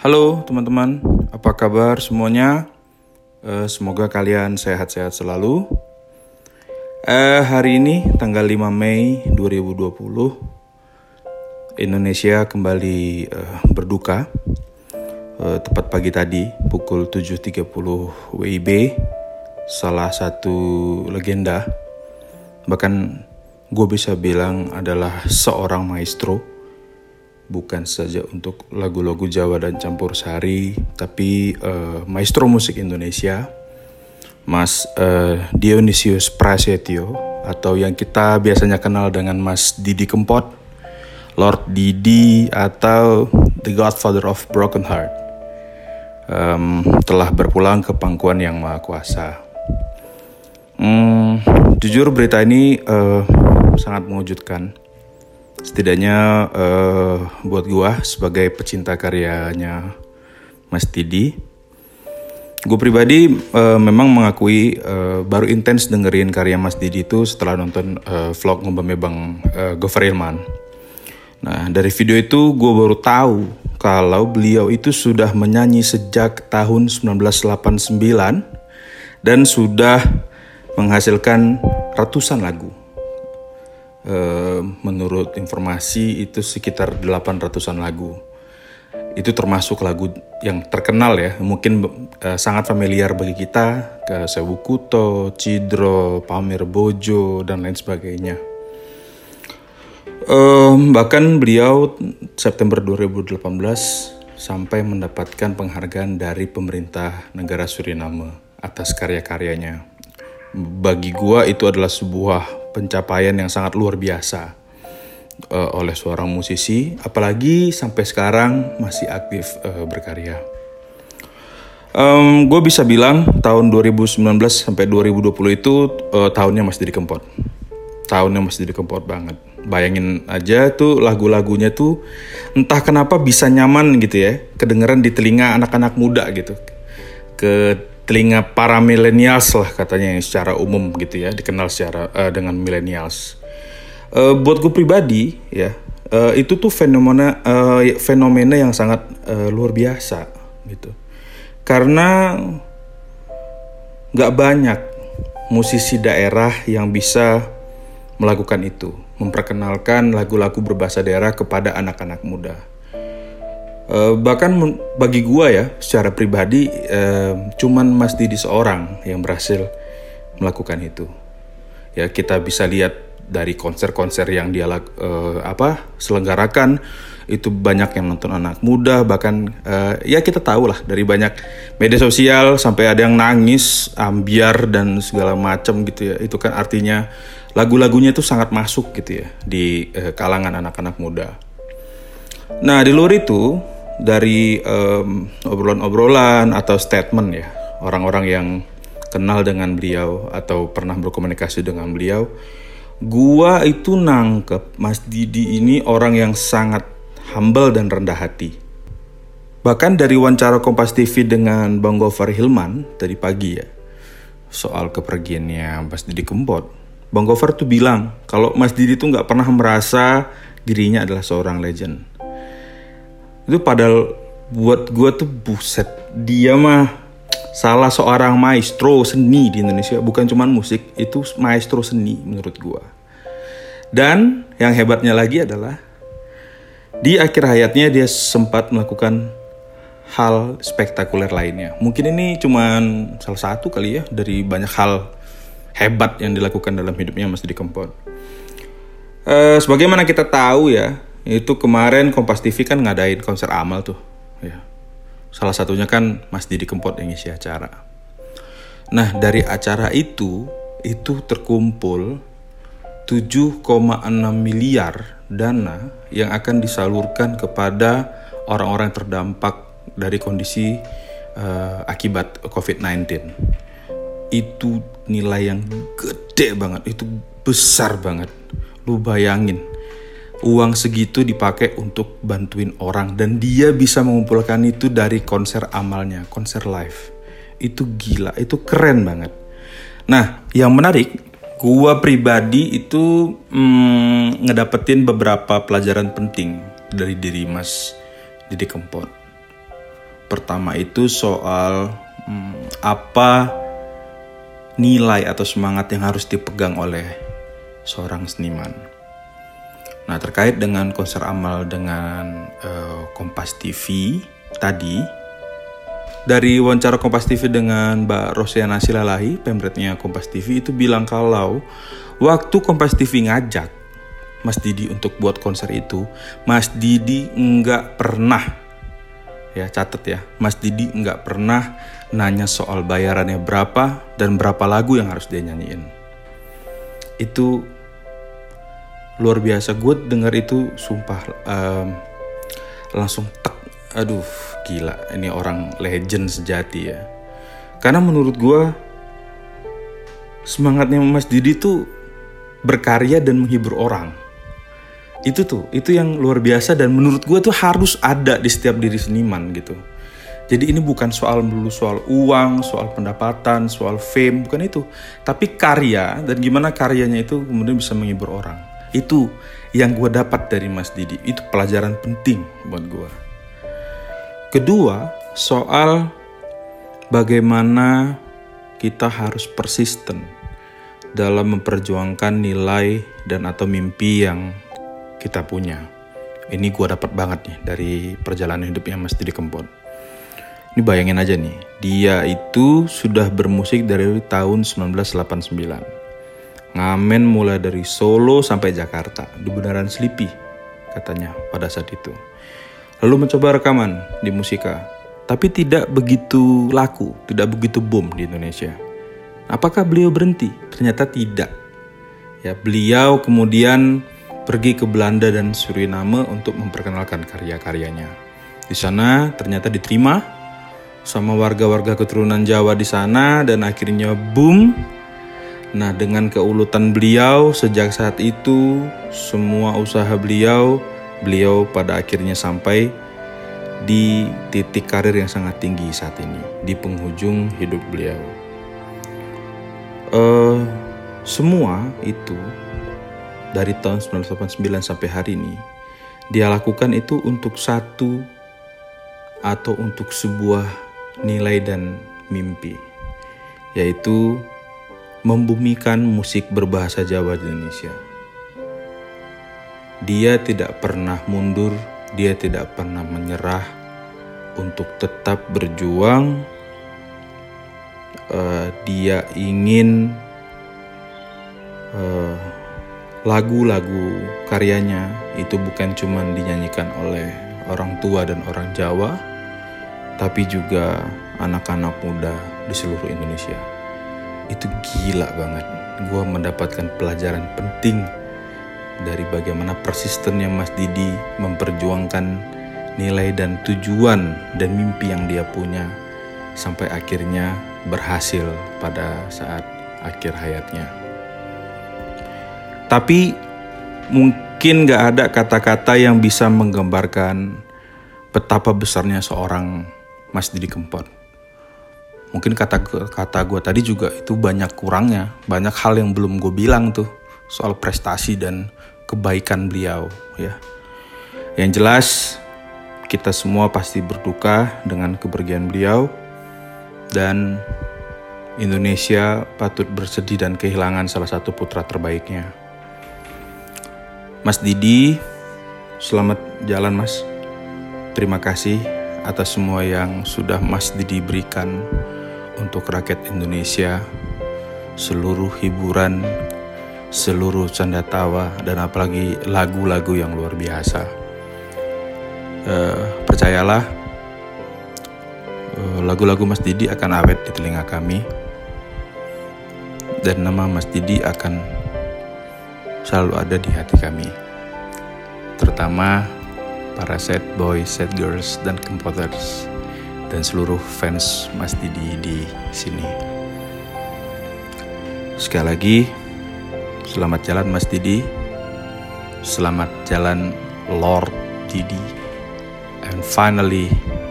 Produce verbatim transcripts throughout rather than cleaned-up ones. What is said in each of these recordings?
Halo teman-teman, apa kabar semuanya? Eh, semoga kalian sehat-sehat selalu. Eh, hari ini tanggal lima Mei dua ribu dua puluh, Indonesia kembali eh, berduka. Eh, tepat pagi tadi, pukul tujuh tiga puluh W I B, salah satu legenda, bahkan gue bisa bilang adalah seorang maestro, bukan saja untuk lagu-lagu Jawa dan campur sari, tapi uh, maestro musik Indonesia, Mas uh, Dionysius Prasetyo, atau yang kita biasanya kenal dengan Mas Didi Kempot, Lord Didi, atau The Godfather of Broken Heart, um, telah berpulang ke pangkuan Yang Maha Kuasa. Hmm, jujur berita ini uh, sangat mengejutkan. Setidaknya uh, buat gua sebagai pecinta karyanya Mas Didi. Gue pribadi uh, memang mengakui uh, baru intens dengerin karya Mas Didi itu setelah nonton uh, vlog ngobamnya Bang uh, Gofar Hilman. Nah, dari video itu gue baru tahu kalau beliau itu sudah menyanyi sejak tahun sembilan belas delapan puluh sembilan dan sudah menghasilkan ratusan lagu. Uh, menurut informasi itu sekitar delapan ratusan lagu. Itu termasuk lagu yang terkenal ya, mungkin uh, sangat familiar bagi kita, ke Sewu Kuto, Cidro, Pamer Bojo, dan lain sebagainya. Uh, bahkan beliau September dua ribu delapan belas sampai mendapatkan penghargaan dari pemerintah negara Suriname atas karya-karyanya. Bagi gua itu adalah sebuah pencapaian yang sangat luar biasa uh, oleh seorang musisi, apalagi sampai sekarang masih aktif uh, berkarya. Um, gue bisa bilang tahun dua ribu sembilan belas sampai dua ribu dua puluh itu uh, tahunnya Mas Didi Kempot. Tahunnya Mas Didi Kempot banget. Bayangin aja tuh lagu-lagunya tuh entah kenapa bisa nyaman gitu ya, kedengeran di telinga anak-anak muda gitu. Ke telinga para millennials lah katanya yang secara umum gitu ya, dikenal secara uh, dengan millennials. Uh, buat gue pribadi ya, uh, itu tuh fenomena uh, fenomena yang sangat uh, luar biasa gitu. Karena nggak banyak musisi daerah yang bisa melakukan itu, memperkenalkan lagu-lagu berbahasa daerah kepada anak-anak muda. Uh, bahkan bagi gua ya secara pribadi uh, cuman Mas Didi seorang yang berhasil melakukan itu. Ya kita bisa lihat dari konser-konser yang dia uh, apa selenggarakan itu banyak yang nonton anak muda, bahkan uh, ya kita tahu lah dari banyak media sosial sampai ada yang nangis, ambiar dan segala macam gitu ya. Itu kan artinya lagu-lagunya itu sangat masuk gitu ya di uh, kalangan anak-anak muda. Nah di luar itu, dari um, obrolan-obrolan atau statement ya orang-orang yang kenal dengan beliau atau pernah berkomunikasi dengan beliau, gua itu nangkep Mas Didi ini orang yang sangat humble dan rendah hati. Bahkan dari wawancara Kompas T V dengan Bang Gofar Hilman tadi pagi ya, soal kepergiannya Mas Didi Kempot, Bang Gofar tuh bilang kalau Mas Didi tuh gak pernah merasa dirinya adalah seorang legend. Itu padahal buat gue tuh buset, dia mah salah seorang maestro seni di Indonesia, bukan cuma musik, itu maestro seni menurut gue. Dan yang hebatnya lagi adalah di akhir hayatnya dia sempat melakukan hal spektakuler lainnya. Mungkin ini cuma salah satu kali ya dari banyak hal hebat yang dilakukan dalam hidupnya Mas Didi Kempot. Uh, sebagaimana kita tahu ya, itu kemarin Kompas T V kan ngadain konser amal tuh ya. Salah satunya kan Mas Didi Kempot yang ngisi acara. Nah dari acara itu Itu terkumpul tujuh koma enam miliar dana yang akan disalurkan kepada orang-orang yang terdampak dari kondisi uh, akibat covid sembilan belas. Itu nilai yang gede banget, itu besar banget. Lu bayangin, uang segitu dipakai untuk bantuin orang dan dia bisa mengumpulkan itu dari konser amalnya, konser live. Itu gila, itu keren banget. Nah, yang menarik, gua pribadi itu hmm, ngedapetin beberapa pelajaran penting dari diri Mas Didi Kempot. pertama itu soal hmm, apa nilai atau semangat yang harus dipegang oleh seorang seniman. Nah, terkait dengan konser amal dengan uh, Kompas T V tadi, dari wawancara Kompas T V dengan Mbak Rosiana Silalahi, pemretnya Kompas T V itu bilang kalau waktu Kompas T V ngajak Mas Didi untuk buat konser itu, Mas Didi nggak pernah, ya catat ya, Mas Didi nggak pernah nanya soal bayarannya berapa dan berapa lagu yang harus dia nyanyiin. Itu luar biasa, gue dengar itu sumpah um, langsung tek, aduh gila, ini orang legend sejati ya. Karena menurut gue semangatnya Mas Didi tuh berkarya dan menghibur orang. Itu tuh, itu yang luar biasa dan menurut gue tuh harus ada di setiap diri seniman gitu. Jadi ini bukan soal melulu soal uang, soal pendapatan, soal fame, bukan itu. Tapi karya dan gimana karyanya itu kemudian bisa menghibur orang. Itu yang gue dapat dari Mas Didi. Itu pelajaran penting buat gue. Kedua, soal bagaimana kita harus persisten dalam memperjuangkan nilai dan atau mimpi yang kita punya. Ini gue dapat banget nih dari perjalanan hidupnya Mas Didi Kempot. Ini bayangin aja nih, dia itu sudah bermusik dari tahun sembilan belas delapan puluh sembilan. Ngamen mulai dari Solo sampai Jakarta, di Bundaran Selipi katanya pada saat itu. Lalu mencoba rekaman di Musika, tapi tidak begitu laku, tidak begitu boom di Indonesia. Apakah beliau berhenti? Ternyata tidak. Ya, beliau kemudian pergi ke Belanda dan Suriname untuk memperkenalkan karya-karyanya. Di sana ternyata diterima sama warga-warga keturunan Jawa di sana dan akhirnya boom. Nah, dengan keuletan beliau sejak saat itu, semua usaha beliau, beliau pada akhirnya sampai di titik karir yang sangat tinggi saat ini, di penghujung hidup beliau. Uh, semua itu dari tahun sembilan belas delapan puluh sembilan sampai hari ini, dia lakukan itu untuk satu atau untuk sebuah nilai dan mimpi, yaitu membumikan musik berbahasa Jawa di Indonesia. Dia tidak pernah mundur, dia tidak pernah menyerah untuk tetap berjuang. Uh, dia ingin uh, lagu-lagu karyanya itu bukan cuma dinyanyikan oleh orang tua dan orang Jawa, tapi juga anak-anak muda di seluruh Indonesia. Itu gila banget. Gue mendapatkan pelajaran penting dari bagaimana persistennya Mas Didi memperjuangkan nilai dan tujuan dan mimpi yang dia punya sampai akhirnya berhasil pada saat akhir hayatnya. Tapi mungkin gak ada kata-kata yang bisa menggambarkan betapa besarnya seorang Mas Didi Kempot. Mungkin kata-kata gue tadi juga itu banyak kurangnya. Banyak hal yang belum gue bilang tuh soal prestasi dan kebaikan beliau ya. Yang jelas kita semua pasti berduka dengan kepergian beliau. Dan Indonesia patut bersedih dan kehilangan salah satu putra terbaiknya. Mas Didi, selamat jalan Mas. Terima kasih atas semua yang sudah Mas Didi berikan untuk rakyat Indonesia, seluruh hiburan, seluruh canda tawa, dan apalagi lagu-lagu yang luar biasa. Uh, percayalah, uh, lagu-lagu Mas Didi akan awet di telinga kami, dan nama Mas Didi akan selalu ada di hati kami, terutama para sad boys, sad girls, dan Kempoters, dan seluruh fans Mas Didi di sini. Sekali lagi, selamat jalan Mas Didi, selamat jalan Lord Didi, and finally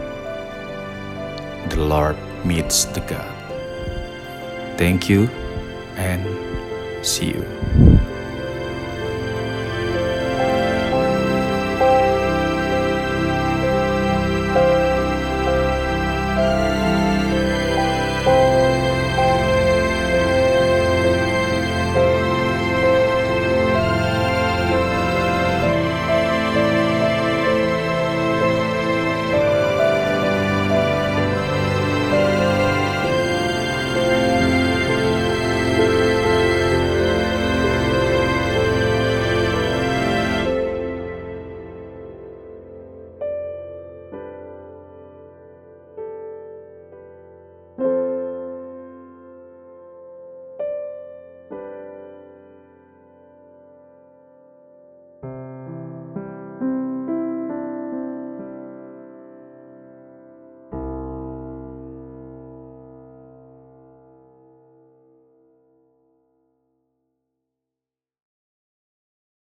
the Lord meets the God. Thank you and see you.